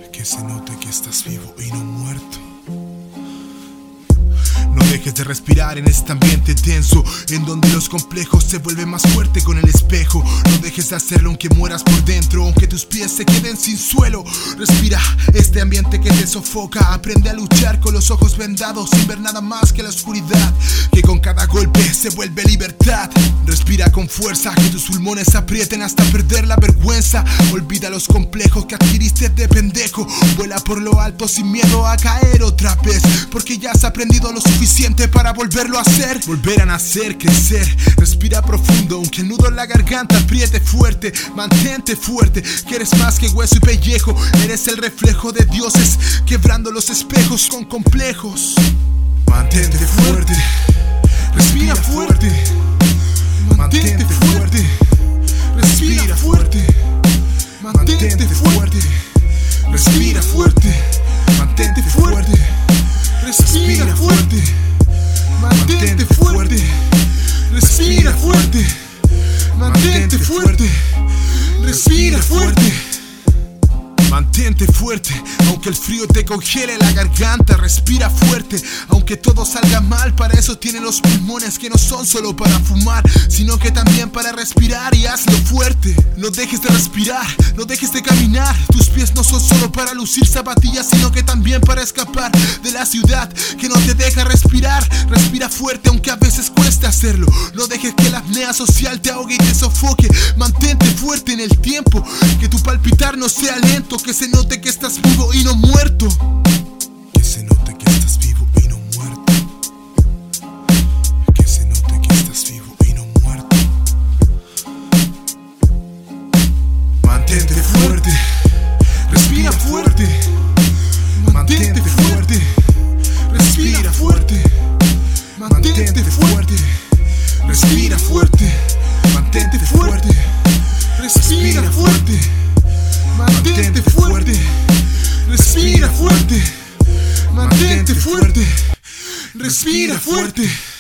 Que se note que estás vivo y no muerto. No dejes de respirar en este ambiente tenso, en donde los complejos se vuelven más fuerte con el espejo. No dejes de hacerlo aunque mueras por dentro, aunque tus pies se queden sin suelo. Respira este ambiente que te sofoca. Aprende a luchar con los ojos vendados, sin ver nada más que la oscuridad, que con cada golpe se vuelve libertad. Respira con fuerza, que tus pulmones aprieten hasta perder la vergüenza. Olvida los complejos que adquiriste de pendejo. Vuela por lo alto sin miedo a caer otra vez, porque ya has aprendido lo suficiente para volverlo a hacer. Volver a nacer, crecer. Respira profundo, aunque el nudo en la garganta apriete fuerte. Mantente fuerte, que eres más que hueso y pellejo. Eres el reflejo de dioses, quebrando los espejos con complejos. Mantente fuerte, respira fuerte. Mantente fuerte, respira fuerte. Mantente fuerte, respira fuerte. Mantente fuerte, respira fuerte. Mantente fuerte, respira fuerte. Mantente fuerte, respira fuerte. Mantente fuerte, aunque el frío te congele la garganta. Respira fuerte, aunque todo salga mal. Para eso tienen los pulmones, que no son solo para fumar, sino que también para respirar, y hazlo fuerte. No dejes de respirar, no dejes de caminar. Tus pies no son solo para lucir zapatillas, sino que también para escapar de la ciudad que no te deja respirar. Respira fuerte, aunque a veces cueste hacerlo. No dejes que la apnea social te ahogue y te sofoque. Mantente fuerte en el tiempo, que tu palpitar no sea lento. Que se note que estás vivo y no muerto. Que se note que estás vivo y no muerto. Que se note que estás vivo y no muerto. Mantente fuerte, respira fuerte. Mantente fuerte, respira fuerte. Mantente fuerte, respira fuerte. Mantente fuerte, respira fuerte. Mantente fuerte, respira fuerte. Mantente fuerte, respira fuerte.